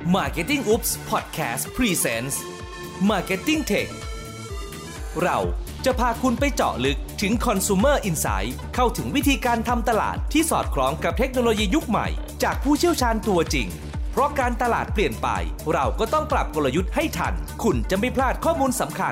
Marketing Oops Podcast Presents Marketing Tech เราจะพาคุณไปเจาะลึกถึง Consumer Insight เข้าถึงวิธีการทำตลาดที่สอดคล้องกับเทคโนโลยียุคใหม่จากผู้เชี่ยวชาญตัวจริงเพราะการตลาดเปลี่ยนไปเราก็ต้องปรับกลยุทธ์ให้ทันคุณจะไม่พลาดข้อมูลสำคัญ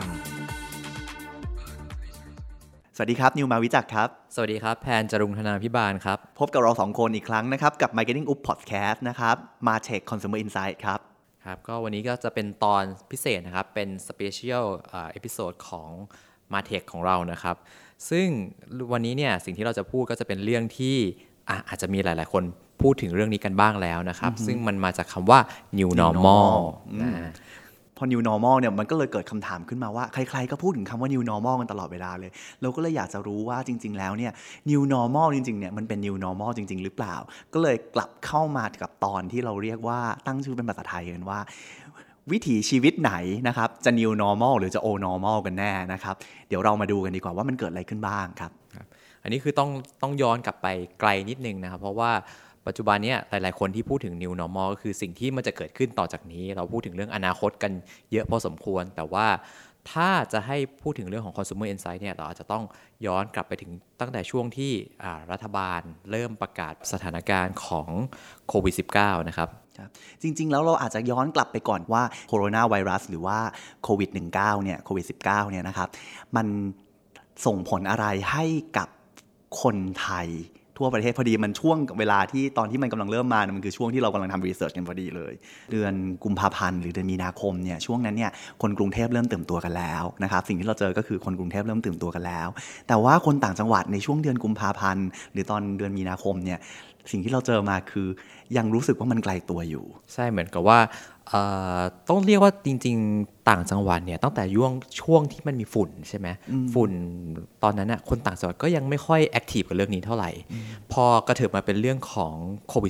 สวัสดีครับนิวมาวิจักรครับสวัสดีครับแพนจรุงธนาภิบาลครับพบกับเรา2คนอีกครั้งนะครับกับ Marketing Up Podcast นะครับ Martech Consumer Insight ครับครับก็วันนี้ก็จะเป็นตอนพิเศษนะครับเป็น Special Episode ของ Martech ของเรานะครับซึ่งวันนี้เนี่ยสิ่งที่เราจะพูดก็จะเป็นเรื่องที่อาจจะมีหลายๆคนพูดถึงเรื่องนี้กันบ้างแล้วนะครับซึ่งมันมาจากคำว่า New Normal พอ New Normal เนี่ยมันก็เลยเกิดคำถามขึ้นมาว่าใครๆก็พูดถึงคำว่า New Normal กันตลอดเวลาเลยเราก็เลยอยากจะรู้ว่าจริงๆแล้วเนี่ย New Normal จริงๆเนี่ยมันเป็น New Normal จริงๆหรือเปล่าก็เลยกลับเข้ามากับตอนที่เราเรียกว่าตั้งชื่อเป็นภาษาไทยกันว่าวิถีชีวิตไหนนะครับจะ New Normal หรือจะ Old Normal กันแน่นะครับเดี๋ยวเรามาดูกันดีกว่าว่ามันเกิดอะไรขึ้นบ้างครับอันนี้คือต้องย้อนกลับไปไกลนิดนึงนะครับเพราะว่าปัจจุบันนี้หลายๆคนที่พูดถึง New Normal ก็คือสิ่งที่มันจะเกิดขึ้นต่อจากนี้เราพูดถึงเรื่องอนาคตกันเยอะพอสมควรแต่ว่าถ้าจะให้พูดถึงเรื่องของ Consumer Insight เนี่ยเราอาจจะต้องย้อนกลับไปถึงตั้งแต่ช่วงที่รัฐบาลเริ่มประกาศสถานการณ์ของโควิด -19 นะครับจริงๆแล้วเราอาจจะย้อนกลับไปก่อนว่าโคโรนาไวรัสหรือว่าโควิด -19 เนี่ยโควิด -19 เนี่ยนะครับมันส่งผลอะไรให้กับคนไทยทั่วประเทศพอดีมันช่วงเวลาที่ตอนที่มันกำลังเริ่มมามันคือช่วงที่เรากำลังทำรีเสิร์ชกันพอดีเลยเดือนกุมภาพันธ์หรือเดือนมีนาคมเนี่ยช่วงนั้นเนี่ยคนกรุงเทพเริ่มตื่นตัวกันแล้วนะครับสิ่งที่เราเจอก็คือคนกรุงเทพเริ่มตื่นตัวกันแล้วแต่ว่าคนต่างจังหวัดในช่วงเดือนกุมภาพันธ์หรือตอนเดือนมีนาคมเนี่ยสิ่งที่เราเจอมาคือยังรู้สึกว่ามันไกลตัวอยู่ใช่เหมือนกับว่าต้องเรียกว่าจริงๆต่างจังหวัดเนี่ยตั้งแต่ช่วงที่มันมีฝุ่นใช่ไหมฝุ่นตอนนั้นน่ะคนต่างจังหวัดก็ยังไม่ค่อยแอคทีฟกับเรื่องนี้เท่าไหร่พอกระเถิบมาเป็นเรื่องของโควิด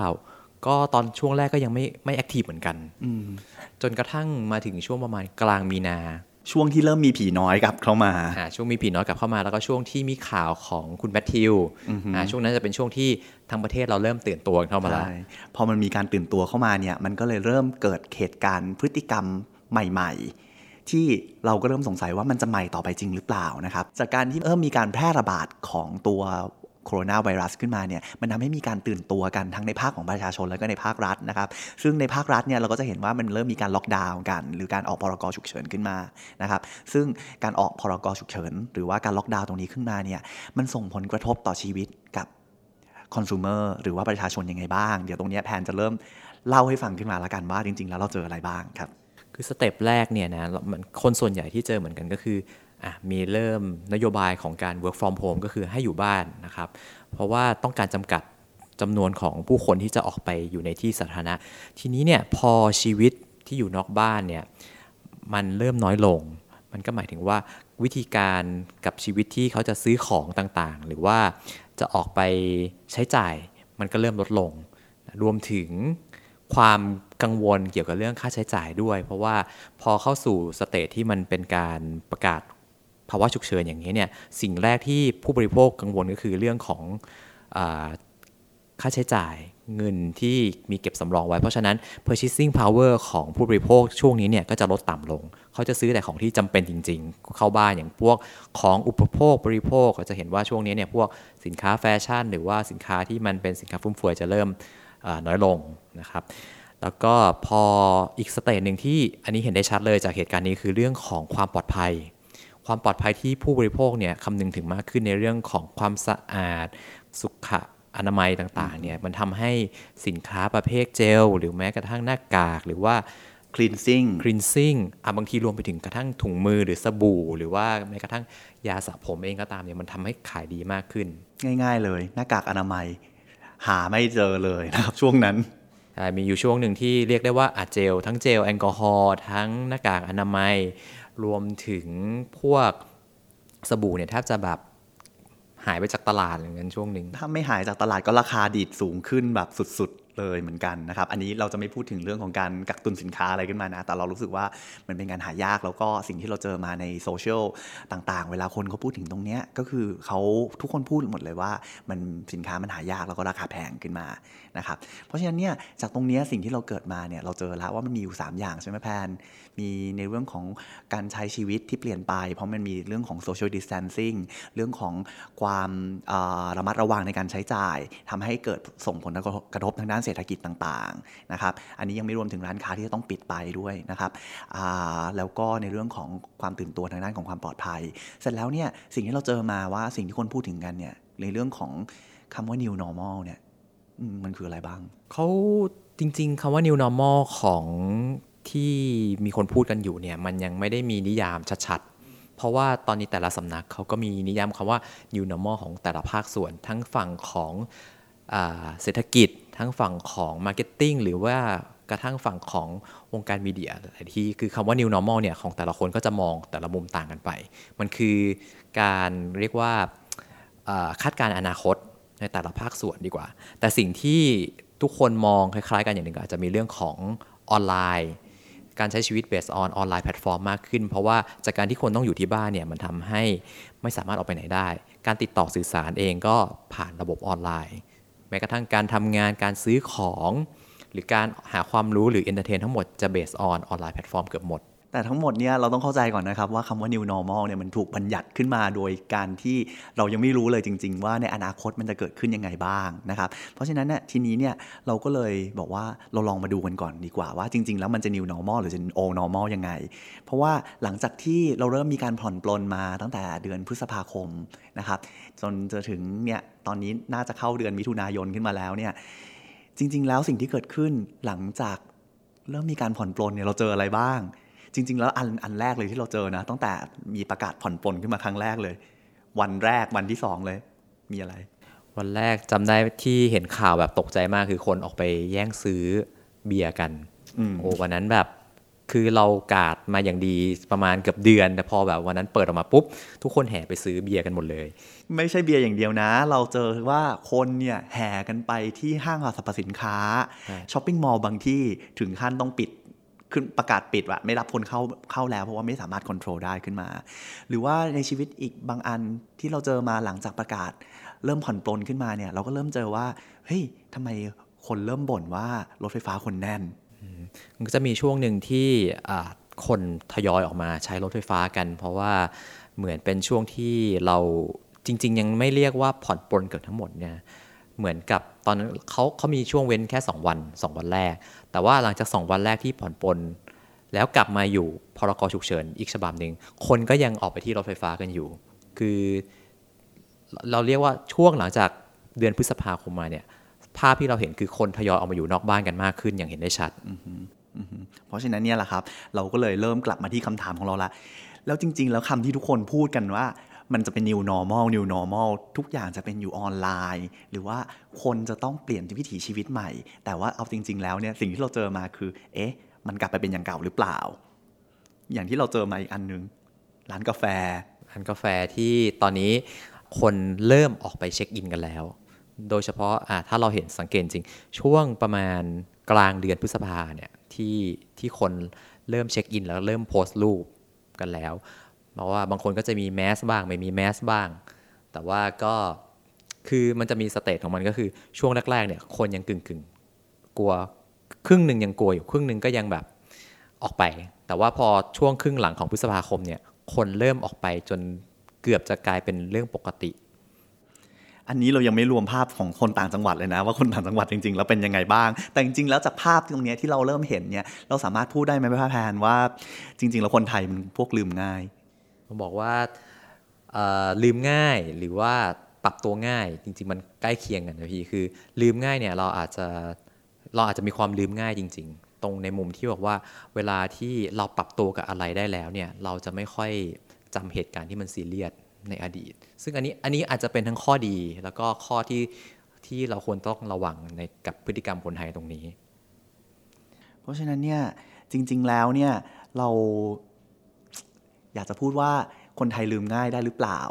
-19 ก็ตอนช่วงแรกก็ยังไม่แอคทีฟเหมือนกันจนกระทั่งมาถึงช่วงประมาณกลางมีนาช่วงที่เริ่มมีผีน้อยกลับเข้ามาช่วงมีผีน้อยกลับเข้ามาแล้วก็ช่วงที่มีข่าวของคุณแมทธิวช่วงนั้นจะเป็นช่วงที่ทั้งประเทศเราเริ่มตื่นตัวเข้ามาแล้วพอมันมีการตื่นตัวเข้ามาเนี่ยมันก็เลยเริ่มเกิดเหตุการณ์พฤติกรรมใหม่ๆที่เราก็เริ่มสงสัยว่ามันจะใหม่ต่อไปจริงหรือเปล่านะครับจากการที่มีการแพร่ระบาดของตัวโคโรนาไวรัสขึ้นมาเนี่ยมันทำให้มีการตื่นตัวกันทั้งในภาคของประชาชนแล้วก็ในภาครัฐนะครับซึ่งในภาครัฐเนี่ยเราก็จะเห็นว่ามันเริ่มมีการล็อกดาวน์กันหรือการออกพรกฉุกเฉินขึ้นมานะครับซึ่งการออกพรกฉุกเฉินหรือว่าการล็อกดาวน์ตรงนี้ขึ้นมาเนี่ยมันส่งผลกระทบต่อชีวิตกับคอน sumer หรือว่าประชาชนยังไงบ้างเดี๋ยวตรงนี้แพนจะเริ่มเล่าให้ฟังขึ้นมาแล้วกันว่าจริงๆแล้วเราเจออะไรบ้างครับคือสเต็ปแรกเนี่ยนะคนส่วนใหญ่ที่เจอเหมือนกันก็คือมีเริ่มนโยบายของการ work from home ก็คือให้อยู่บ้านนะครับเพราะว่าต้องการจำกัดจำนวนของผู้คนที่จะออกไปอยู่ในที่สาธารณะทีนี้เนี่ยพอชีวิตที่อยู่นอกบ้านเนี่ยมันเริ่มน้อยลงมันก็หมายถึงว่าวิธีการกับชีวิตที่เขาจะซื้อของต่างๆหรือว่าจะออกไปใช้จ่ายมันก็เริ่มลดลงรวมถึงความกังวลเกี่ยวกับเรื่องค่าใช้จ่ายด้วยเพราะว่าพอเข้าสู่สเตจที่มันเป็นการประกาศภาวะฉุกเฉินอย่างนี้เนี่ยสิ่งแรกที่ผู้บริโภคกังวลก็คือเรื่องของค่าใช้จ่ายเงินที่มีเก็บสำรองไว้เพราะฉะนั้น purchasing power ของผู้บริโภคช่วงนี้เนี่ยก็จะลดต่ำลงเขาจะซื้อแต่ของที่จำเป็นจริงๆเข้าบ้านอย่างพวกของอุปโภคบริโภคก็จะเห็นว่าช่วงนี้เนี่ยพวกสินค้าแฟชั่นหรือว่าสินค้าที่มันเป็นสินค้าฟุ่มเฟือยจะเริ่มน้อยลงนะครับแล้วก็พออีกสเตจหนึ่งที่อันนี้เห็นได้ชัดเลยจากเหตุการณ์นี้คือเรื่องของความปลอดภัยที่ผู้บริโภคเนี่ยคำนึงถึงมากขึ้นในเรื่องของความสะอาดสุขอนามัยต่างๆเนี่ยมันทำให้สินค้าประเภทเจลหรือแม้กระทั่งหน้ากากหรือว่า cleansing บางทีรวมไปถึงกระทั่งถุงมือหรือสบู่หรือว่าแม้กระทั่งยาสระผมเองก็ตามเนี่ยมันทำให้ขายดีมากขึ้นง่ายๆเลยหน้ากากอนามัยหาไม่เจอเลยนะครับช่วงนั้นมีอยู่ช่วงหนึ่งที่เรียกได้ว่าเจลทั้งเจลแอลกอฮอล์ทั้งหน้ากากอนามัยรวมถึงพวกสบู่เนี่ยแทบจะแบบหายไปจากตลาดอย่างนั้นช่วงหนึ่งถ้าไม่หายจากตลาดก็ราคาดีดสูงขึ้นแบบสุดเลยเหมือนกันนะครับอันนี้เราจะไม่พูดถึงเรื่องของการกักตุนสินค้าอะไรขึ้นมานะแต่เรารู้สึกว่ามันเป็นการหายากแล้วก็สิ่งที่เราเจอมาในโซเชียลต่างๆเวลาคนเขาพูดถึงตรงเนี้ยก็คือเขาทุกคนพูดหมดเลยว่ามันสินค้ามันหายากแล้วก็ราคาแพงขึ้นมานะครับเพราะฉะนั้นเนี่ยจากตรงเนี้ยสิ่งที่เราเกิดมาเนี่ยเราเจอแล้วว่ามันมีอยู่3อย่างใช่ไหมแพนมีในเรื่องของการใช้ชีวิตที่เปลี่ยนไปเพราะมันมีเรื่องของ social distancing เรื่องของความระมัดระวังในการใช้จ่ายทำให้เกิดส่งผลกระทบทางด้านเศรษฐกิจต่างๆนะครับอันนี้ยังไม่รวมถึงร้านค้าที่จะต้องปิดไปด้วยนะครับแล้วก็ในเรื่องของความตื่นตัวทางด้านของความปลอดภัยเสร็จแล้วเนี่ยสิ่งที่เราเจอมาว่าสิ่งที่คนพูดถึงกันเนี่ยในเรื่องของคำว่า new normal เนี่ยมันคืออะไรบ้างเขาจริงๆคำว่า new normal ของที่มีคนพูดกันอยู่เนี่ยมันยังไม่ได้มีนิยามชัดๆเพราะว่าตอนนี้แต่ละสำนักเขาก็มีนิยามคำว่า new normal ของแต่ละภาคส่วนทั้งฝั่งของเศรษฐกิจทั้งฝั่งของ marketing หรือว่ากระทั่งฝั่งของวงการมีเดียหลายที่คือคำว่า new normal เนี่ยของแต่ละคนก็จะมองแต่ละมุมต่างกันไปมันคือการเรียกว่าคาดการณ์อนาคตในแต่ละภาคส่วนดีกว่าแต่สิ่งที่ทุกคนมองคล้ายๆกันอย่างหนึ่งอาจจะมีเรื่องของออนไลน์การใช้ชีวิต based on ออนไลน์แพลตฟอร์มมากขึ้นเพราะว่าจากการที่คนต้องอยู่ที่บ้านเนี่ยมันทำให้ไม่สามารถออกไปไหนได้การติดต่อสื่อสารเองก็ผ่านระบบออนไลน์แม้กระทั่งการทำงานการซื้อของหรือการหาความรู้หรือ entertain ทั้งหมดจะ based on ออนไลน์แพลตฟอร์มเกือบหมดแต่ทั้งหมดเนี่ยเราต้องเข้าใจก่อนนะครับว่าคำว่า new normal เนี่ยมันถูกบัญญัติขึ้นมาโดยการที่เรายังไม่รู้เลยจริงๆว่าในอนาคตมันจะเกิดขึ้นยังไงบ้างนะครับเพราะฉะนั้นเนี่ยทีนี้เนี่ยเราก็เลยบอกว่าเราลองมาดูกันก่อนดีกว่าว่าจริงๆแล้วมันจะ new normal หรือจะ old normal ยังไงเพราะว่าหลังจากที่เราเริ่มมีการผ่อนปลนมาตั้งแต่เดือนพฤษภาคมนะครับจนจะถึงเนี่ยตอนนี้น่าจะเข้าเดือนมิถุนายนขึ้นมาแล้วเนี่ยจริงๆแล้วสิ่งที่เกิดขึ้นหลังจากเริ่มมีการผ่อนปลนเนี่ยเราเจออะไรบ้างจริงๆแล้วอันแรกเลยที่เราเจอนะตั้งแต่มีประกาศผ่อนปลนขึ้นมาครั้งแรกเลยวันแรกวันที่2เลยมีอะไรวันแรกจำได้ที่เห็นข่าวแบบตกใจมากคือคนออกไปแย่งซื้อเบียร์กันโอ้วันนั้นแบบคือเรากาดมาอย่างดีประมาณเกือบเดือนแต่พอแบบวันนั้นเปิดออกมาปุ๊บทุกคนแห่ไปซื้อเบียร์กันหมดเลยไม่ใช่เบียร์อย่างเดียวนะเราเจอว่าคนเนี่ยแห่กันไปที่ห้างสรรพสินค้าช้อปปิ้งมอลล์บางที่ถึงขั้นต้องปิดขึ้นประกาศปิดว่าไม่รับคนเข้าแล้วเพราะว่าไม่สามารถควบคุมได้ขึ้นมาหรือว่าในชีวิตอีกบางอันที่เราเจอมาหลังจากประกาศเริ่มผ่อนปลนขึ้นมาเนี่ยเราก็เริ่มเจอว่าเฮ้ยทำไมคนเริ่มบ่นว่ารถไฟฟ้าคนแน่นมันก็จะมีช่วงหนึ่งที่คนทยอยออกมาใช้รถไฟฟ้ากันเพราะว่าเหมือนเป็นช่วงที่เราจริงๆยังไม่เรียกว่าผ่อนปลนเกือบทั้งหมดเนี่ยเหมือนกับตอนนั้นเขามีช่วงเว้นแค่2วันแรกแต่ว่าหลังจาก2วันแรกที่ผ่อนปลนแล้วกลับมาอยู่พรก.ฉุกเฉินอีกฉบับนึงคนก็ยังออกไปที่รถไฟฟ้ากันอยู่คือเราเรียกว่าช่วงหลังจากเดือนพฤษภาคมมาเนี่ยภาพที่เราเห็นคือคนทยอยออกมาอยู่นอกบ้านกันมากขึ้นอย่างเห็นได้ชัดเพราะฉะนั้นเนี่ยแหละครับเราก็เลยเริ่มกลับมาที่คำถามของเราละแล้วจริงๆแล้วคำที่ทุกคนพูดกันว่ามันจะเป็น new normal ทุกอย่างจะเป็นอยู่ออนไลน์หรือว่าคนจะต้องเปลี่ยนวิถีชีวิตใหม่แต่ว่าเอาจริงๆแล้วเนี่ยสิ่งที่เราเจอมาคือมันกลับไปเป็นอย่างเก่าหรือเปล่าอย่างที่เราเจอมาอีกอันนึงร้านกาแฟที่ตอนนี้คนเริ่มออกไปเช็คอินกันแล้วโดยเฉพาะถ้าเราเห็นสังเกตจริงช่วงประมาณกลางเดือนพฤษภาเนี่ยที่คนเริ่มเช็คอินแล้วเริ่มโพสต์รูปกันแล้วเพราะว่าบางคนก็จะมีแมสบ้างไม่มีแมสบ้างแต่ว่าก็คือมันจะมีสเตจของมันก็คือช่วงแรกๆเนี่ยคนยังกึ่งกลัวครึ่งนึงยังกลัวอยู่ครึ่งนึงก็ยังแบบออกไปแต่ว่าพอช่วงครึ่งหลังของพฤษภาคมเนี่ยคนเริ่มออกไปจนเกือบจะกลายเป็นเรื่องปกติอันนี้เรายังไม่รวมภาพของคนต่างจังหวัดเลยนะว่าคนต่างจังหวัดจริงๆแล้วเป็นยังไงบ้างแต่จริงๆแล้วจากภาพตรงนี้ที่เราเริ่มเห็นเนี่ยเราสามารถพูดได้ไหมพี่แพนว่าจริงๆแล้วคนไทยมันพวกลืมง่ายผมบอกว่าลืมง่ายหรือว่าปรับตัวง่ายจริงๆมันใกล้เคียงกันนะพี่คือลืมง่ายเนี่ยเราอาจจะมีความลืมง่ายจริงๆตรงในมุมที่บอกว่าเวลาที่เราปรับตัวกับอะไรได้แล้วเนี่ยเราจะไม่ค่อยจำเหตุการณ์ที่มันซีเรียสในอดีตซึ่งอันนี้อาจจะเป็นทั้งข้อดีแล้วก็ข้อที่เราควรต้องระวังในกับพฤติกรรมคนไทยตรงนี้เพราะฉะนั้นเนี่ยจริงๆแล้วเนี่ยเราอยากจะพูดว่าคนไทยลืมง่ายได้หรือเปล่า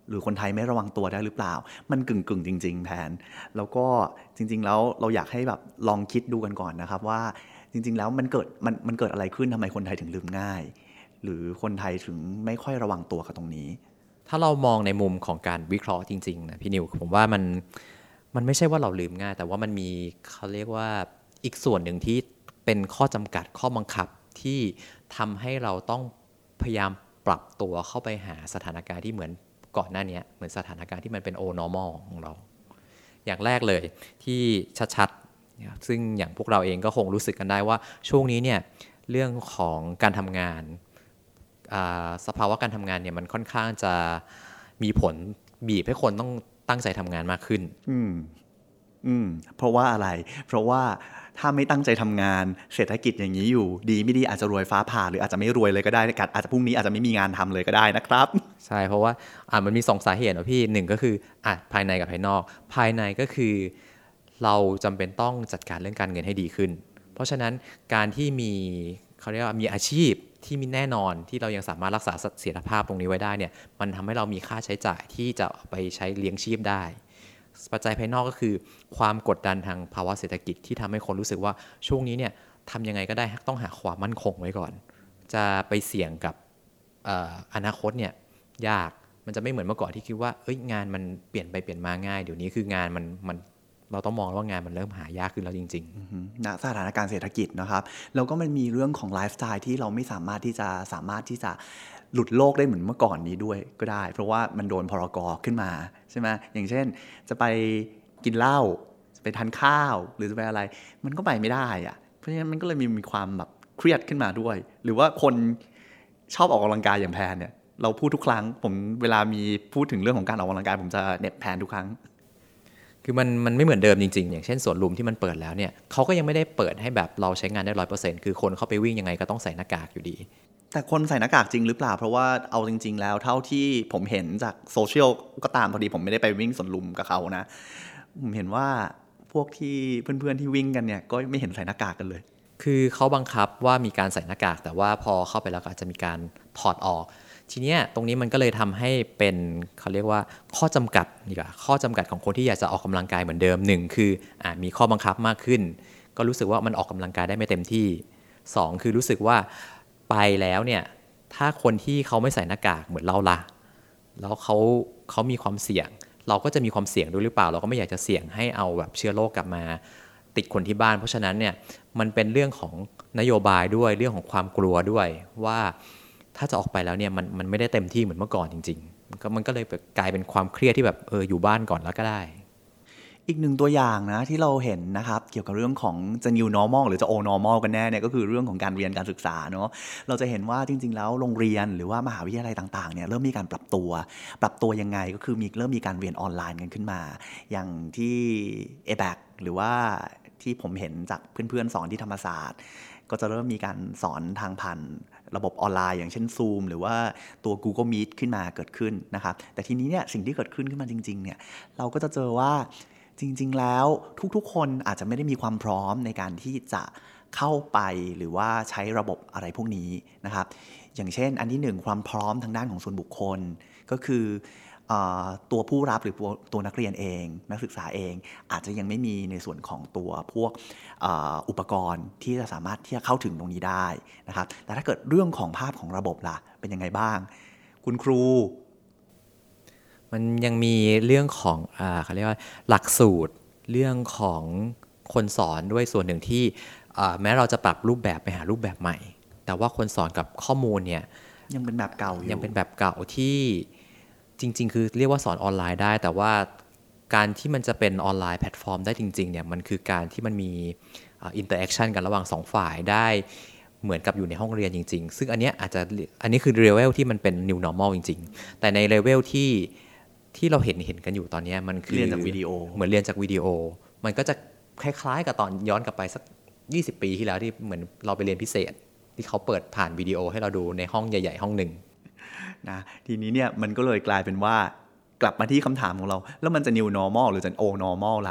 หรือคนไทยไม่ระวังตัวได้หรือเปล่ามันกึ่งจริงๆแพนแล้วก็จริงๆแล้วเราอยากให้แบบลองคิดดูกันก่อนนะครับว่าจริงๆแล้วมันเกิดอะไรขึ้นทำไมคนไทยถึงลืมง่ายหรือคนไทยถึงไม่ค่อยระวังตัวกับตรงนี้ถ้าเรามองในมุมของการวิเคราะห์จริงๆนะพี่นิวผมว่ามันไม่ใช่ว่าเราลืมง่ายแต่ว่ามันมีเขาเรียกว่าอีกส่วนหนึ่งที่เป็นข้อจำกัดข้อบังคับที่ทำให้เราต้องพยายามปรับตัวเข้าไปหาสถานการณ์ที่เหมือนก่อนหน้านี้เหมือนสถานการณ์ที่มันเป็น old normal ของเราอย่างแรกเลยที่ชัดๆซึ่งอย่างพวกเราเองก็คงรู้สึกกันได้ว่าช่วงนี้เนี่ยเรื่องของการทำงานสภาวะการทำงานเนี่ยมันค่อนข้างจะมีผลบีบให้คนต้องตั้งใจทำงานมากขึ้นเพราะว่าอะไรเพราะว่าถ้าไม่ตั้งใจทำงานเศรษฐกิจอย่างนี้อยู่ดีไม่ดีอาจจะรวยฟ้าผ่าหรืออาจจะไม่รวยเลยก็ได้อาจจะพรุ่งนี้อาจจะไม่มีงานทำเลยก็ได้นะครับใช่เพราะว่ามันมี2 สาเหตุนะพี่1ก็คือภายในกับภายนอกภายในก็คือเราจำเป็นต้องจัดการเรื่องการเงินให้ดีขึ้นเพราะฉะนั้นการที่มีเขาเรียกว่ามีอาชีพที่มีแน่นอนที่เรายังสามารถรักษาเสถียรภาพตรงนี้ไว้ได้เนี่ยมันทำให้เรามีค่าใช้จ่ายที่จะไปใช้เลี้ยงชีพได้ปัจจัยภายนอกก็คือความกดดันทางภาวะเศรษฐกิจที่ทำให้คนรู้สึกว่าช่วงนี้เนี่ยทำยังไงก็ได้ต้องหาความมั่นคงไว้ก่อนจะไปเสี่ยงกับอนาคตเนี่ยยากมันจะไม่เหมือนเมื่อก่อนที่คิดว่างานมันเปลี่ยนไปเปลี่ยนมาง่ายเดี๋ยวนี้คืองานมันเราต้องมองว่างานมันเริ่มหายากขึ้นแล้วจริงๆณสถานการณ์เศรษฐกิจนะครับแล้วก็มันมีเรื่องของไลฟ์สไตล์ที่เราไม่สามารถที่จะหลุดโลกได้เหมือนเมื่อก่อนนี้ด้วยก็ได้เพราะว่ามันโดนพรก.ขึ้นมาใช่ไหมอย่างเช่นจะไปกินเหล้าจะไปทานข้าวหรือจะไปอะไรมันก็ไปไม่ได้อะเพราะฉะนั้นมันก็เลยมีความแบบเครียดขึ้นมาด้วยหรือว่าคนชอบออกกำลังกายอย่างแพนเนี่ยเราพูดทุกครั้งผมเวลามีพูดถึงเรื่องของการออกกำลังกายผมจะเน็บแพนทุกครั้งคือมันไม่เหมือนเดิมจริงๆอย่างเช่นสวนลุมที่มันเปิดแล้วเนี่ยเขาก็ยังไม่ได้เปิดให้แบบเราใช้งานได้ 100% คือคนเข้าไปวิ่งยังไงก็ต้องใส่หน้ากากอยู่ดีแต่คนใส่หน้ากากจริงหรือเปล่าเพราะว่าเอาจริงๆแล้วเท่าที่ผมเห็นจากโซเชียลก็ตามพอดีผมไม่ได้ไปวิ่งสวนลุมกับเขานะผมเห็นว่าพวกที่เพื่อนๆที่วิ่งกันเนี่ยก็ไม่เห็นใส่หน้ากากกันเลยคือเขาบังคับว่ามีการใส่หน้ากากแต่ว่าพอเข้าไปแล้วก็อาจจะมีการถอดออกทีเนี้ยตรงนี้มันก็เลยทำให้เป็นเขาเรียกว่าข้อจำกัดดีกว่าข้อจำกัดของคนที่อยากจะออกกำลังกายเหมือนเดิม1คือมีข้อบังคับมากขึ้นก็รู้สึกว่ามันออกกำลังกายได้ไม่เต็มที่2คือรู้สึกว่าไปแล้วเนี่ยถ้าคนที่เขาไม่ใส่หน้ากากเหมือนเราล่ะแล้วเขามีความเสี่ยงเราก็จะมีความเสี่ยงด้วยหรือเปล่าเราก็ไม่อยากจะเสี่ยงให้เอาแบบเชื้อโรคกลับมาติดคนที่บ้านเพราะฉะนั้นเนี่ยมันเป็นเรื่องของนโยบายด้วยเรื่องของความกลัวด้วยว่าถ้าจะออกไปแล้วเนี่ยมันไม่ได้เต็มที่เหมือนเมื่อก่อนจริงๆมันก็เลยกลายเป็นความเครียดที่แบบอยู่บ้านก่อนแล้วก็ได้อีกหนึ่งตัวอย่างนะที่เราเห็นนะครับเกี่ยวกับเรื่องของจะ new normal หรือจะ old normal กันแน่เนี่ยก็คือเรื่องของการเรียนการศึกษาเนาะเราจะเห็นว่าจริงๆแล้วโรงเรียนหรือว่ามหาวิทยาลัยต่างๆเนี่ยเริ่มมีการปรับตัวยังไงก็คือเริ่มมีการเรียนออนไลน์กันขึ้นมาอย่างที่ ABAC หรือว่าที่ผมเห็นจากเพื่อนๆสอนที่ธรรมศาสตร์ก็จะเริ่มมีการสอนทางผ่านระบบออนไลน์อย่างเช่น Zoom หรือว่าตัว Google Meet ขึ้นมาเกิดขึ้นนะครับแต่ทีนี้เนี่ยสิ่งที่เกิดขึ้นมาจริงๆเนี่ยเราก็จะเจอว่าจริงๆแล้วทุกๆคนอาจจะไม่ได้มีความพร้อมในการที่จะเข้าไปหรือว่าใช้ระบบอะไรพวกนี้นะครับอย่างเช่นอันที่1ความพร้อมทางด้านของส่วนบุคคลก็คือตัวผู้รับหรือตัวนักเรียนเองนักศึกษาเองอาจจะยังไม่มีในส่วนของตัวพวกอุปกรณ์ที่จะสามารถที่จะเข้าถึงตรงนี้ได้นะครับแต่ถ้าเกิดเรื่องของภาพของระบบล่ะเป็นยังไงบ้างคุณครูมันยังมีเรื่องของเขาเรียกว่าหลักสูตรเรื่องของคนสอนด้วยส่วนหนึ่งที่แม้เราจะปรับรูปแบบไปหารูปแบบใหม่แต่ว่าคนสอนกับข้อมูลเนี่ยยังเป็นแบบเก่าอยู่ยังเป็นแบบเก่าที่จริงๆคือเรียกว่าสอนออนไลน์ได้แต่ว่าการที่มันจะเป็นออนไลน์แพลตฟอร์มได้จริงๆเนี่ยมันคือการที่มันมีอินเตอร์แอคชั่นกันระหว่าง2ฝ่ายได้เหมือนกับอยู่ในห้องเรียนจริงๆซึ่งอันนี้คือเลเวลที่มันเป็น new normal จริงๆแต่ในเลเวลที่เราเห็นกันอยู่ตอนนี้มันคือเรียนจากวิดีโอเหมือนเรียนจากวิดีโอมันก็จะคล้ายๆกับตอนย้อนกลับไปสัก20 ปีที่แล้วที่เหมือนเราไปเรียนพิเศษที่เขาเปิดผ่านวิดีโอให้เราดูในห้องใหญ่ๆห้องหนึ่งนะทีนี้เนี่ยมันก็เลยกลายเป็นว่ากลับมาที่คำถามของเราแล้วมันจะ new normal หรือจะ old normal ล่ะ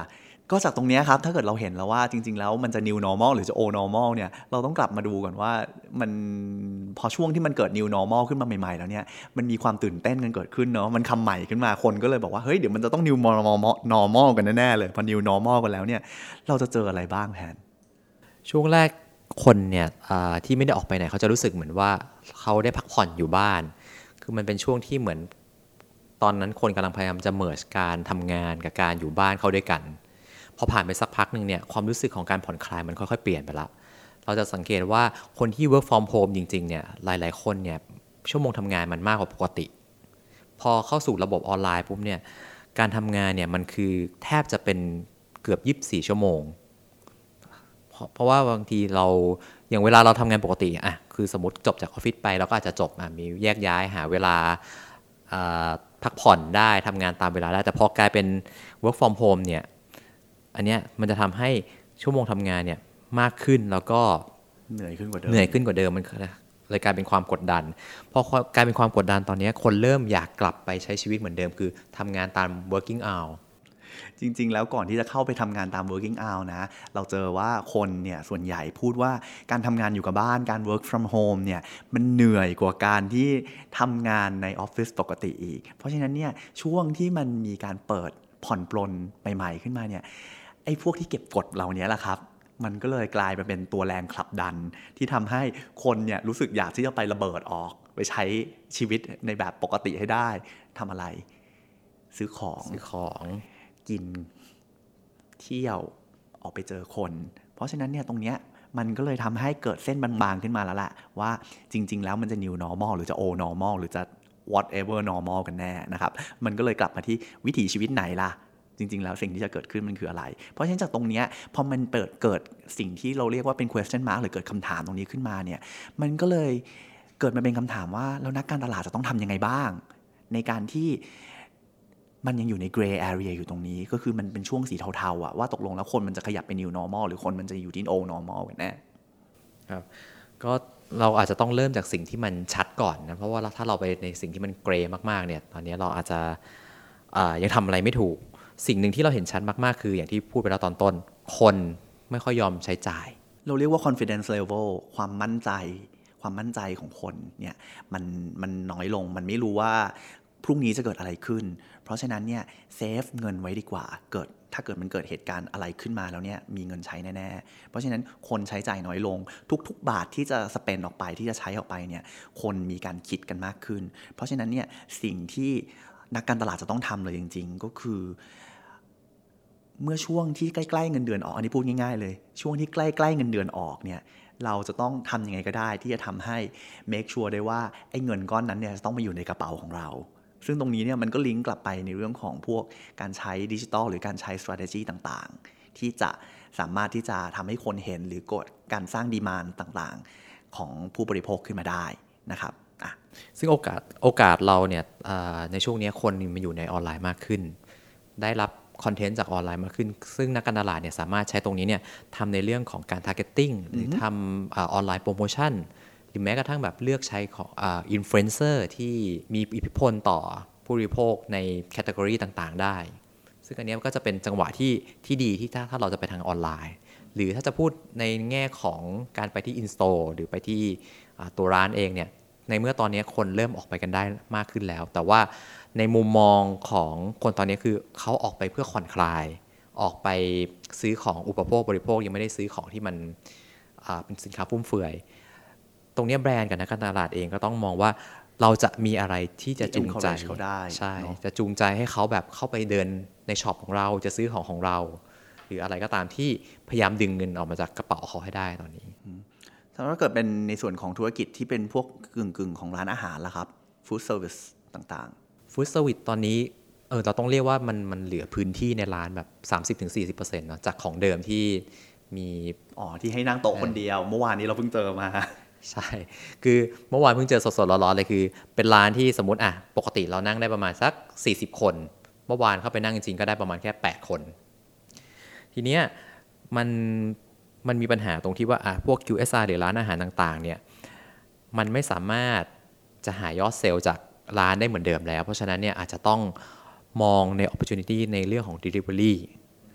ก็จากตรงนี้ครับถ้าเกิดเราเห็นแล้วว่าจริงๆแล้วมันจะ new normal หรือจะ old normal เนี่ยเราต้องกลับมาดูก่อนว่ามันพอช่วงที่มันเกิด new normal ขึ้นมาใหม่ๆแล้วเนี่ยมันมีความตื่นเต้นกันเกิดขึ้นเนาะมันคำใหม่ขึ้นมาคนก็เลยบอกว่าเฮ้ยเดี๋ยวมันจะต้อง new normal กันแน่ๆเลยพอ new normal กันแล้วเนี่ยเราจะเจออะไรบ้างแทนช่วงแรกคนเนี่ยที่ไม่ได้ออกไปไหนเขาจะรู้สึกเหมือนว่าเขาได้พักผ่อนอยู่บ้านคือมันเป็นช่วงที่เหมือนตอนนั้นคนกำลังพยายามจะเมิร์จการทำงานกับการอยู่บ้านเข้าด้วยกันพอผ่านไปสักพักหนึ่งเนี่ยความรู้สึกของการผ่อนคลายมันค่อยๆเปลี่ยนไปละเราจะสังเกตว่าคนที่ work from home จริงๆเนี่ยหลายๆคนเนี่ยชั่วโมงทำงานมันมากกว่าปกติพอเข้าสู่ระบบออนไลน์ปุ๊บเนี่ยการทำงานเนี่ยมันคือแทบจะเป็นเกือบ24ชั่วโมงเพราะว่าบางทีเราอย่างเวลาเราทำงานปกติคือสมมติจบจากออฟฟิศไปเราก็อาจจะจบมีแยกย้ายหาเวลาพักผ่อนได้ทำงานตามเวลาได้แต่พอกลายเป็น work from home เนี่ยอันเนี้ยมันจะทำให้ชั่วโมงทำงานเนี่ยมากขึ้นแล้วก็เหนื่อยขึ้นกว่าเดิมมันเลยกลายเป็นความกดดันพอกลายเป็นความกดดันตอนนี้คนเริ่มอยากกลับไปใช้ชีวิตเหมือนเดิมคือทำงานตาม working hour จริงๆแล้วก่อนที่จะเข้าไปทำงานตาม working hour นะเราเจอว่าคนเนี่ยส่วนใหญ่พูดว่าการทำงานอยู่กับบ้านการ work from home เนี่ยมันเหนื่อยกว่าการที่ทำงานในออฟฟิศปกติอีกเพราะฉะนั้นเนี่ยช่วงที่มันมีการเปิดผ่อนปลนใหม่ๆขึ้นมาเนี่ยไอ้พวกที่เก็บกดเหล่านี้แหละครับมันก็เลยกลายมาเป็นตัวแรงผลักดันที่ทำให้คนเนี่ยรู้สึกอยากที่จะไประเบิดออกไปใช้ชีวิตในแบบปกติให้ได้ทำอะไรซื้อของกินเที่ยวออกไปเจอคนเพราะฉะนั้นเนี่ยตรงเนี้ยมันก็เลยทำให้เกิดเส้นบางๆขึ้นมาแล้วแหละว่าจริงๆแล้วมันจะ new normal หรือจะ old normal หรือจะ whatever normal กันแน่นะครับมันก็เลยกลับมาที่วิถีชีวิตไหนล่ะจริงๆแล้วสิ่งที่จะเกิดขึ้นมันคืออะไรเพราะฉะนั้นจากตรงเนี้ยพอมันเกิดสิ่งที่เราเรียกว่าเป็น question mark หรือเกิดคำถามตรงนี้ขึ้นมาเนี่ยมันก็เลยเกิดมาเป็นคำถามว่าแล้วนักการตลาดจะต้องทำยังไงบ้างในการที่มันยังอยู่ใน gray area อยู่ตรงนี้ก็คือมันเป็นช่วงสีเทาๆว่าตกลงแล้วคนมันจะขยับไป new normal หรือคนมันจะอยู่ที่ old normal กันแน่ครับก็เราอาจจะต้องเริ่มจากสิ่งที่มันชัดก่อนนะเพราะว่าถ้าเราไปในสิ่งที่มัน gray มากๆเนี่ยตอนนี้เราอาจจะยังทำอะไรไม่ถูกสิ่งหนึ่งที่เราเห็นชัดมากๆคืออย่างที่พูดไปแล้วตอนต้นคนไม่ค่อยยอมใช้จ่ายเราเรียกว่า confidence level ความมั่นใจของคนเนี่ยมันน้อยลงมันไม่รู้ว่าพรุ่งนี้จะเกิดอะไรขึ้นเพราะฉะนั้นเนี่ยเซฟเงินไว้ดีกว่าถ้าเกิดมันเกิดเหตุการณ์อะไรขึ้นมาแล้วเนี่ยมีเงินใช้แน่ๆเพราะฉะนั้นคนใช้จ่ายน้อยลงทุกบาทที่จะสเปนออกไปที่จะใช้ออกไปเนี่ยคนมีการคิดกันมากขึ้นเพราะฉะนั้นเนี่ยสิ่งที่นักการตลาดจะต้องทำเลยจริงๆก็คือเมื่อช่วงที่ใกล้ๆเงินเดือนออกอันนี้พูดง่ายๆเลยช่วงที่ใกล้ๆเงินเดือนออกเนี่ยเราจะต้องทำยังไงก็ได้ที่จะทำให้ make sure ได้ว่าไอ้เงินก้อนนั้นเนี่ยจะต้องมาอยู่ในกระเป๋าของเราซึ่งตรงนี้เนี่ยมันก็ลิงก์กลับไปในเรื่องของพวกการใช้ดิจิทัลหรือการใช้ strategy ต่างๆที่จะสามารถที่จะทำให้คนเห็นหรือกดการสร้างดีมานด์ต่างๆของผู้บริโภคขึ้นมาได้นะครับซึ่งโอกาสเราเนี่ยในช่วงนี้คนมาอยู่ในออนไลน์มากขึ้นได้รับคอนเทนต์จากออนไลน์มากขึ้นซึ่งนักการตลาดเนี่ยสามารถใช้ตรงนี้เนี่ยทำในเรื่องของการ targeting หรือทำออนไลน์โปรโมชั่นหรือแม้กระทั่งแบบเลือกใช้ของอินฟลูเอนเซอร์ที่มีอิทธิพลต่อผู้บริโภคในแคตตากรีต่างๆได้ซึ่งอันนี้ก็จะเป็นจังหวะที่ดีที่ถ้าเราจะไปทางออนไลน์หรือถ้าจะพูดในแง่ของการไปที่ in-store หรือไปที่ตัวร้านเองเนี่ยในเมื่อตอนนี้คนเริ่มออกไปกันได้มากขึ้นแล้วแต่ว่าในมุมมองของคนตอนนี้คือเขาออกไปเพื่อผ่อนคลายออกไปซื้อของอุปโภคบริโภคยังไม่ได้ซื้อของที่มันเป็นสินค้าฟุ่มเฟือยตรงนี้แบรนด์กับนักการตลาดเองก็ต้องมองว่าเราจะมีอะไรที่จะจูงใจเขาได้ใช่จะจูงใจให้เขาแบบเข้าไปเดินในช็อปของเราจะซื้อของเราหรืออะไรก็ตามที่พยายามดึงเงินออกมาจากกระเป๋าเขาให้ได้ตอนนี้ถ้าเกิดเป็นในส่วนของธุรกิจที่เป็นพวกกึ่งของร้านอาหารล่ะครับฟู้ดเซอร์วิสต่างๆฟู้ดเซอร์วิสตอนนี้เราต้องเรียกว่ามันเหลือพื้นที่ในร้านแบบ 30-40% เนาะจากของเดิมที่มีที่ให้นั่งโต๊ะคนเดียวเมื่อวานนี้เราเพิ่งเจอมาใช่คือเมื่อวานเพิ่งเจอสดๆร้อนๆเลยคือเป็นร้านที่สมมติปกติเรานั่งได้ประมาณสัก40คนเมื่อวานเข้าไปนั่งจริงๆก็ได้ประมาณแค่8คนทีเนี้ยมันมีปัญหาตรงที่ว่าพวก QSR หรือร้านอาหารต่างๆเนี่ยมันไม่สามารถจะหายอดเซลล์จากร้านได้เหมือนเดิมแล้วเพราะฉะนั้นเนี่ยอาจจะต้องมองใน opportunity ในเรื่องของ delivery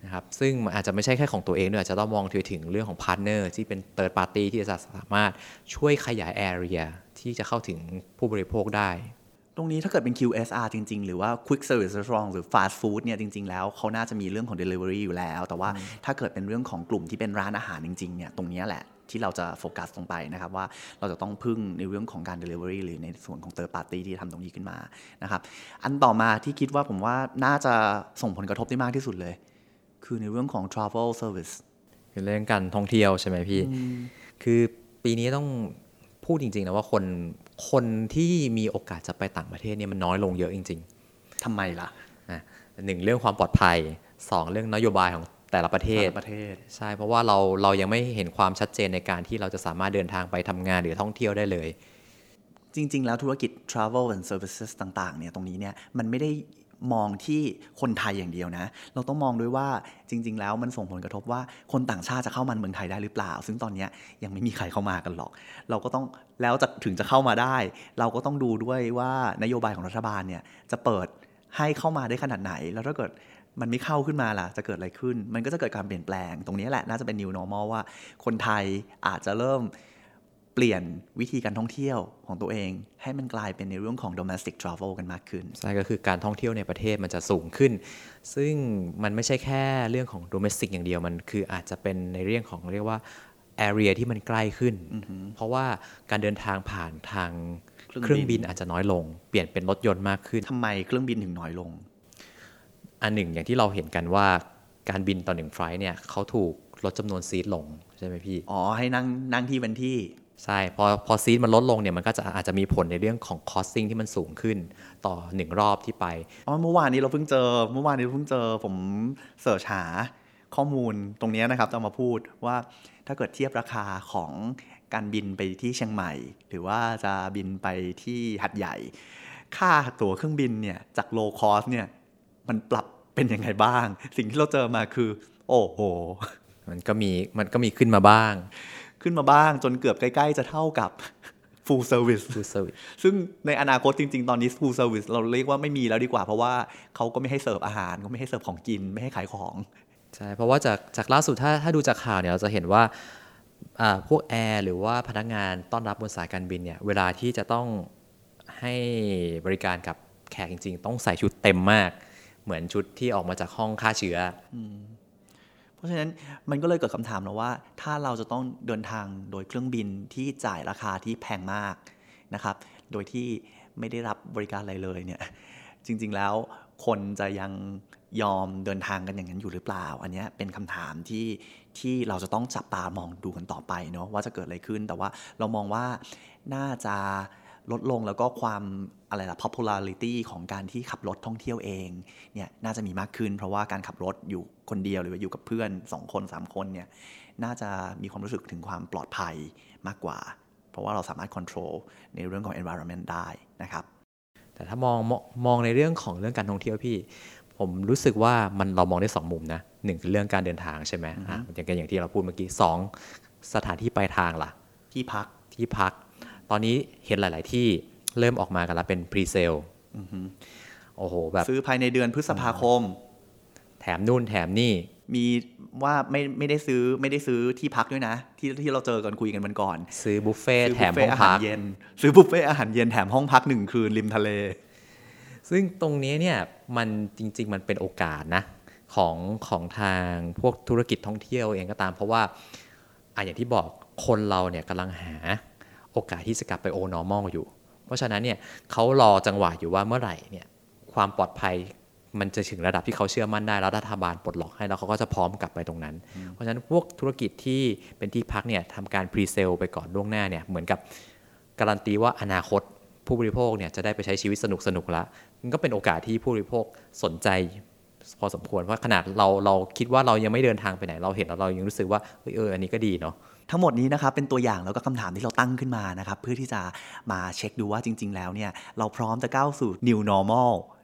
นะครับซึ่งมันอาจจะไม่ใช่แค่ของตัวเองด้วยอาจจะต้องมองถึงเรื่องของพาร์ทเนอร์ที่เป็น third party ที่จะสามารถช่วยขยาย area ที่จะเข้าถึงผู้บริโภคได้ตรงนี้ถ้าเกิดเป็น QSR จริงๆหรือว่า Quick Service Restaurant หรือ Fast Food เนี่ยจริงๆแล้วเขาน่าจะมีเรื่องของ Delivery อยู่แล้วแต่ว่าถ้าเกิดเป็นเรื่องของกลุ่มที่เป็นร้านอาหารจริงๆเนี่ยตรงนี้แหละที่เราจะโฟกัสลงไปนะครับว่าเราจะต้องพึ่งในเรื่องของการ Delivery หรือในส่วนของ Third Party ที่ทำตรงนี้ขึ้นมานะครับอันต่อมาที่คิดว่าผมว่าน่าจะส่งผลกระทบได้มากที่สุดเลยคือในเรื่องของ Travel Service คือเรื่องการท่องเที่ยวใช่ไหมพี่คือปีนี้ต้องพูดจริงๆนะว่าคนที่มีโอกาสจะไปต่างประเทศเนี่ยมันน้อยลงเยอะจริงๆทำไมล่ะ 1เรื่องความปลอดภัย2เรื่องนโยบายของแต่ละประเทศใช่เพราะว่าเรายังไม่เห็นความชัดเจนในการที่เราจะสามารถเดินทางไปทำงานหรือท่องเที่ยวได้เลยจริงๆแล้วธุรกิจ Travel and Services ต่างๆเนี่ยตรงนี้เนี่ยมันไม่ได้มองที่คนไทยอย่างเดียวนะเราต้องมองด้วยว่าจริงๆแล้วมันส่งผลกระทบว่าคนต่างชาติจะเข้ามาเมืองไทยได้หรือเปล่าซึ่งตอนนี้ยังไม่มีใครเข้ามากันหรอกเราก็ต้องแล้วถึงจะเข้ามาได้เราก็ต้องดูด้วยว่านโยบายของรัฐบาลเนี่ยจะเปิดให้เข้ามาได้ขนาดไหนแล้วถ้าเกิดมันไม่เข้าขึ้นมาล่ะจะเกิดอะไรขึ้นมันก็จะเกิดการเปลี่ยนแปลงตรงนี้แหละน่าจะเป็น new normal ว่าคนไทยอาจจะเริ่มเปลี่ยนวิธีการท่องเที่ยวของตัวเองให้มันกลายเป็นในเรื่องของ domestic travel กันมากขึ้นใช่ก็คือการท่องเที่ยวในประเทศมันจะสูงขึ้นซึ่งมันไม่ใช่แค่เรื่องของ domestic อย่างเดียวมันคืออาจจะเป็นในเรื่องของเรียกว่า area ที่มันใกล้ขึ้นเพราะว่าการเดินทางผ่านทางเครื่องบินอาจจะน้อยลงเปลี่ยนเป็นรถยนต์มากขึ้นทำไมเครื่องบินถึงน้อยลงอันหนึ่งอย่างที่เราเห็นกันว่าการบินต่อ1ไฟล์เนี่ยเขาถูกลดจำนวนซีทลงใช่ไหมพี่ให้นั่งที่เป็นที่ใช่พอซีทมันลดลงเนี่ยมันก็อาจจะมีผลในเรื่องของ costing ที่มันสูงขึ้นต่อ1รอบที่ไปเมื่อวานนี้เราเพิ่งเจอผมเสิร์ชหาข้อมูลตรงนี้นะครับจะมาพูดว่าถ้าเกิดเทียบราคาของการบินไปที่เชียงใหม่หรือว่าจะบินไปที่หัดใหญ่ค่าตั๋วเครื่องบินเนี่ยจาก low cost เนี่ยมันปรับเป็นยังไงบ้างสิ่งที่เราเจอมาคือโอ้โหมันก็มีขึ้นมาบ้างจนเกือบใกล้ๆจะเท่ากับ full service ซึ่งในอนาคตจริงๆตอนนี้ full service เราเรียกว่าไม่มีแล้วดีกว่าเพราะว่าเขาก็ไม่ให้เสิร์ฟอาหารเขาไม่ให้เสิร์ฟของกินไม่ให้ขายของใช่เพราะว่าจากล่าสุดถ้าดูจากข่าวเนี่ยเราจะเห็นว่าพวกแอร์หรือว่าพนักงานต้อนรับบนสายการบินเนี่ยเวลาที่จะต้องให้บริการกับแขกจริงๆต้องใส่ชุดเต็มมากเหมือนชุดที่ออกมาจากห้องฆ่าเชื้อเพราะฉะนั้นมันก็เลยเกิดคำถามแล้วว่าถ้าเราจะต้องเดินทางโดยเครื่องบินที่จ่ายราคาที่แพงมากนะครับโดยที่ไม่ได้รับบริการอะไรเลยเนี่ยจริงๆแล้วคนจะยังยอมเดินทางกันอย่างนั้นอยู่หรือเปล่าอันนี้เป็นคำถามที่เราจะต้องจับตามองดูกันต่อไปเนาะว่าจะเกิดอะไรขึ้นแต่ว่าเรามองว่าน่าจะลดลงแล้วก็ความpopularity ของการที่ขับรถท่องเที่ยวเองเนี่ยน่าจะมีมากขึ้นเพราะว่าการขับรถอยู่คนเดียวหรือว่าอยู่กับเพื่อน2คน3คนเนี่ยน่าจะมีความรู้สึกถึงความปลอดภัยมากกว่าเพราะว่าเราสามารถ control ในเรื่องของ environment ได้นะครับแต่ถ้ามองในเรื่องของเรื่องการท่องเที่ยวพี่ผมรู้สึกว่าเรามองได้2มุมนะ1คือเรื่องการเดินทางใช่ไหมอย่างที่เราพูดเมื่อกี้2สถานที่ปลายทางล่ะที่พักตอนนี้เห็นหลายๆที่เริ่มออกมากันแล้วเป็นพรีเซลโอ้โหแบบซื้อภายในเดือนพฤษภาคมแถมนู่นแถมนี่มีว่าไม่ได้ซื้อที่พักด้วยนะที่เราเจอกันคุยกันมันก่อนซื้อบุฟเฟ่แถมห้องพักซื้อบุฟเฟ่อาหารเย็นแถมห้องพัก1คืนริมทะเลซึ่งตรงนี้เนี่ยมันจริงๆมันเป็นโอกาสนะของทางพวกธุรกิจท่องเที่ยวเองก็ตามเพราะว่าอย่างที่บอกคนเราเนี่ยกำลังหาโอกาสที่จะกลับไปnormal อยู่เพราะฉะนั้นเนี่ยเขารอจังหวะอยู่ว่าเมื่อไหร่เนี่ยความปลอดภัยมันจะถึงระดับที่เขาเชื่อมั่นได้แล้วรัฐบาลปลดล็อกให้แล้วเขาก็จะพร้อมกลับไปตรงนั้นเพราะฉะนั้นพวกธุรกิจที่เป็นที่พักเนี่ยทำการพรีเซลไปก่อนล่วงหน้าเนี่ยเหมือนกับการันตีว่าอนาคตผู้บริโภคเนี่ยจะได้ไปใช้ชีวิตสนุกแล้วมันก็เป็นโอกาสที่ผู้บริโภคสนใจพอสมควรเพราะขนาดเราคิดว่าเรายังไม่เดินทางไปไหนเราเห็นแล้วเรายังรู้สึกว่าอันนี้ก็ดีเนาะทั้งหมดนี้นะครับเป็นตัวอย่างแล้วก็คำถามที่เราตั้งขึ้นมานะครับเพื่อที่จะมาเช็คดูว่าจริงๆแล้วเนี่ยเราพร้อมจะก้าวสู่ new normal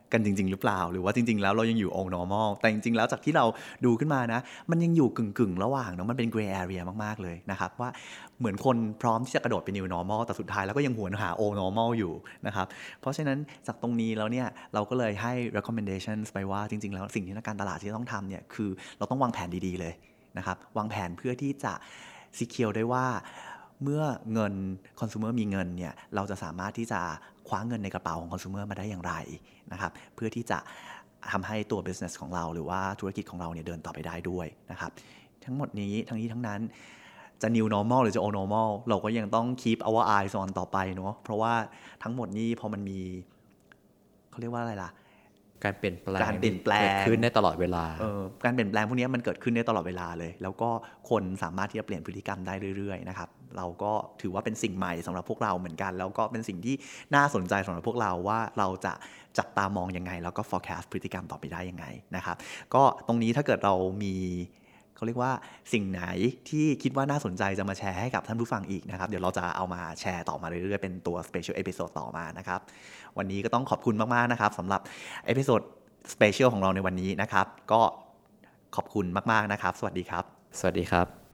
กันจริงๆหรือเปล่าหรือว่าจริงๆแล้วเรายังอยู่ old normal แต่จริงๆแล้วจากที่เราดูขึ้นมานะมันยังอยู่กึ่งๆระหว่างเนาะมันเป็น gray area มากๆเลยนะครับว่าเหมือนคนพร้อมที่จะกระโดดไป new normal แต่สุดท้ายแล้วก็ยังหวนหา old normal อยู่นะครับเพราะฉะนั้นจากตรงนี้แล้วเนี่ยเราก็เลยให้ recommendations ไปว่าจริงๆแล้วสิ่งที่นักการตลาดที่ต้องทำเนี่ยคือเราต้องวางแผนดีๆเลยนะครับวางแผนเพื่อที่จะ secure ได้ว่าเมื่อเงิน consumer มีเงินเนี่ยเราจะสามารถที่จะคว้าเงินในกระเป๋าของ consumer มาได้อย่างไรนะครับเพื่อที่จะทำให้ตัว business ของเราหรือว่าธุรกิจของเราเนี่ยเดินต่อไปได้ด้วยนะครับทั้งหมดนี้ทั้งนั้นจะ new normal หรือจะ old normal เราก็ยังต้อง keep our eyes on ต่อไปเนาะเพราะว่าทั้งหมดนี้พอมันมีเขาเรียกว่าอะไรล่ะการเปลี่ยนแปลงเกิดขึ้นได้ตลอดเวลาการเปลี่ยนแปลงพวกนี้มันเกิดขึ้นได้ตลอดเวลาเลยแล้วก็คนสามารถที่จะเปลี่ยนพฤติกรรมได้เรื่อยๆนะครับเราก็ถือว่าเป็นสิ่งใหม่สำหรับพวกเราเหมือนกันแล้วก็เป็นสิ่งที่น่าสนใจสำหรับพวกเราว่าเราจะจับตามองยังไงแล้วก็ forecast พฤติกรรมต่อไปได้ยังไงนะครับก็ตรงนี้ถ้าเกิดเรามีเขาเรียกว่าสิ่งไหนที่คิดว่าน่าสนใจจะมาแชร์ให้กับท่านผู้ฟังอีกนะครับเดี๋ยวเราจะเอามาแชร์ต่อมาเรื่อยๆเป็นตัว special episode ต่อมานะครับวันนี้ก็ต้องขอบคุณมากๆนะครับสำหรับ episode special ของเราในวันนี้นะครับก็ขอบคุณมากๆนะครับสวัสดีครับสวัสดีครับ